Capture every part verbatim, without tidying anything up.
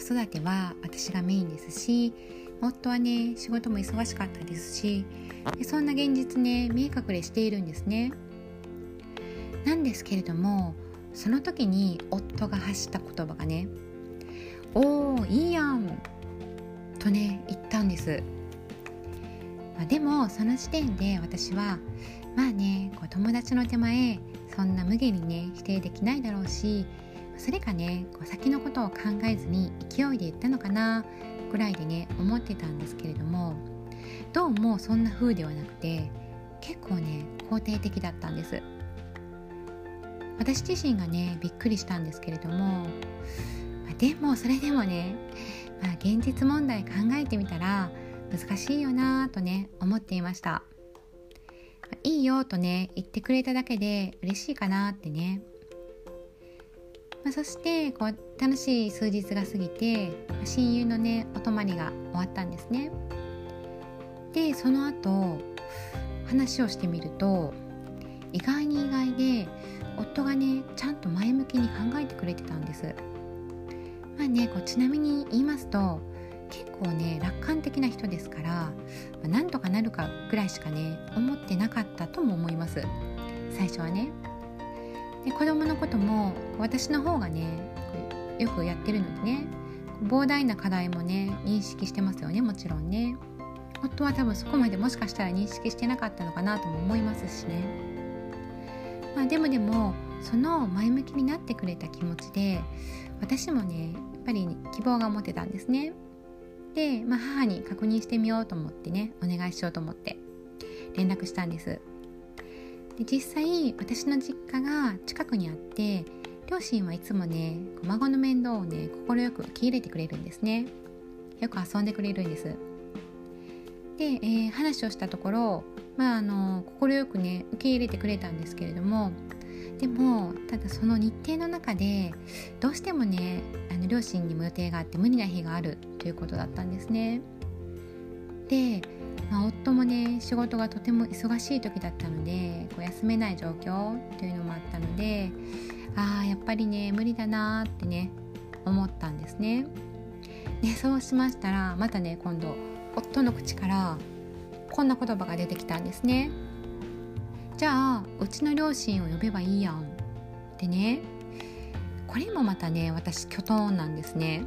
育ては私がメインですし、夫はね仕事も忙しかったですし、そんな現実ね見え隠れしているんですね。なんですけれども、その時に夫が発した言葉がね、おーいいやんとね言ったんです。まあ、でもその時点で私はまあねこう友達の手前そんな無限にね否定できないだろうし、それかねこう先のことを考えずに勢いで言ったのかなぐらいでね思ってたんですけれども、どうもそんな風ではなくて結構ね肯定的だったんです。私自身がねびっくりしたんですけれども、まあ、でもそれでもね、まあ、現実問題考えてみたら難しいよなとね思っていました。まあ、いいよとね言ってくれただけで嬉しいかなってね。まあ、そしてこう楽しい数日が過ぎて、親友のねお泊まりが終わったんですね。でその後話をしてみると、意外に意外で夫がねちゃんと前向きに考えてくれてたんです。まあねこうちなみに言いますと、結構ね楽観的な人ですから、まあ、なんとかなるかぐらいしかね思ってなかったとも思います、最初はね。で子供のことも私の方がねよくやってるのでね、膨大な課題もね認識してますよね。もちろんね夫は多分そこまでもしかしたら認識してなかったのかなとも思いますしね。まあでもでもその前向きになってくれた気持ちで私もねやっぱり希望が持てたんですね。で、まあ、母に確認してみようと思ってねお願いしようと思って連絡したんです。で実際私の実家が近くにあって、両親はいつもね孫の面倒をね快く受け入れてくれるんですね。よく遊んでくれるんです。で、えー、話をしたところ、まああの快くね受け入れてくれたんですけれども、でもただその日程の中でどうしてもねあの両親にも予定があって無理な日があるということだったんですね。で、まあ、夫もね仕事がとても忙しい時だったのでこう休めない状況というのもあったので、ああやっぱりね無理だなってね思ったんですね。でそうしましたらまたね今度夫の口からこんな言葉が出てきたんですね。じゃあうちの両親を呼べばいいやんってね。これもまたね私きょとんなんですね。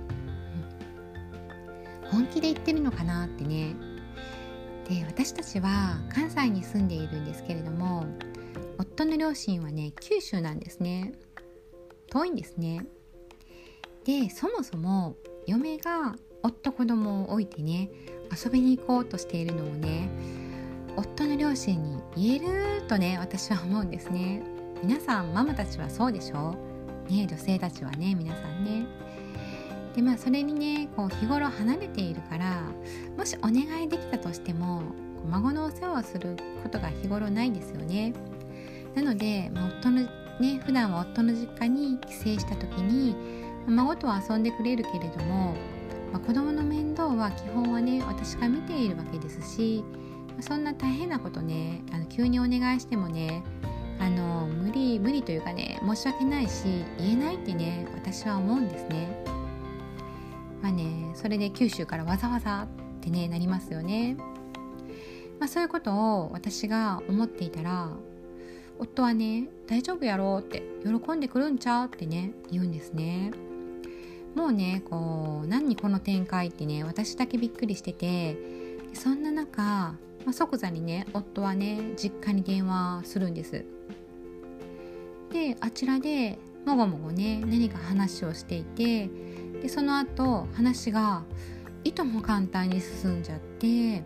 本気で言ってるのかなってね。で私たちは関西に住んでいるんですけれども、夫の両親はね九州なんですね。遠いんですね。でそもそも嫁が夫子供を置いてね遊びに行こうとしているのをね夫の両親に言えるとね私は思うんですね。皆さんママたちはそうでしょね、女性たちはね皆さんね。でまあそれにねこう日頃離れているから、もしお願いできたとしても孫のお世話をすることが日頃ないんですよね。なので、まあ、夫のね普段は夫の実家に帰省した時に孫とは遊んでくれるけれども、まあ、子供の面倒は基本はね私が見ているわけですし、そんな大変なことねあの急にお願いしてもねあの無理無理というかね申し訳ないし言えないってね私は思うんですね。まあねそれで九州からわざわざってねなりますよね。まあそういうことを私が思っていたら、夫はね大丈夫やろうって喜んでくるんちゃうってね言うんですね。もうねこう何にこの展開ってね私だけびっくりしてて、そんな中、まあ、即座にね夫はね実家に電話するんです。であちらでもごもごね何か話をしていて、でその後話がいとも簡単に進んじゃって、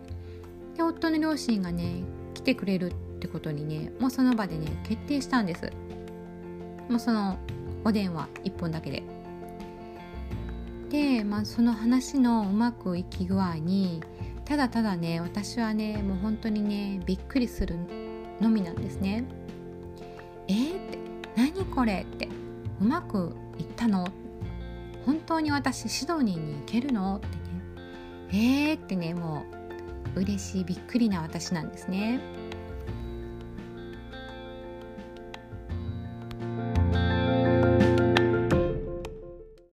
で夫の両親がね来てくれるってことにねもうその場でね決定したんです。もうそのお電話一本だけで。で、まあ、その話のうまくいき具合にただただね私はねもう本当にねびっくりするのみなんですね。えーって何これってうまくいったの、本当に私シドニーに行けるのってね、えーってねもう嬉しいびっくりな私なんですね。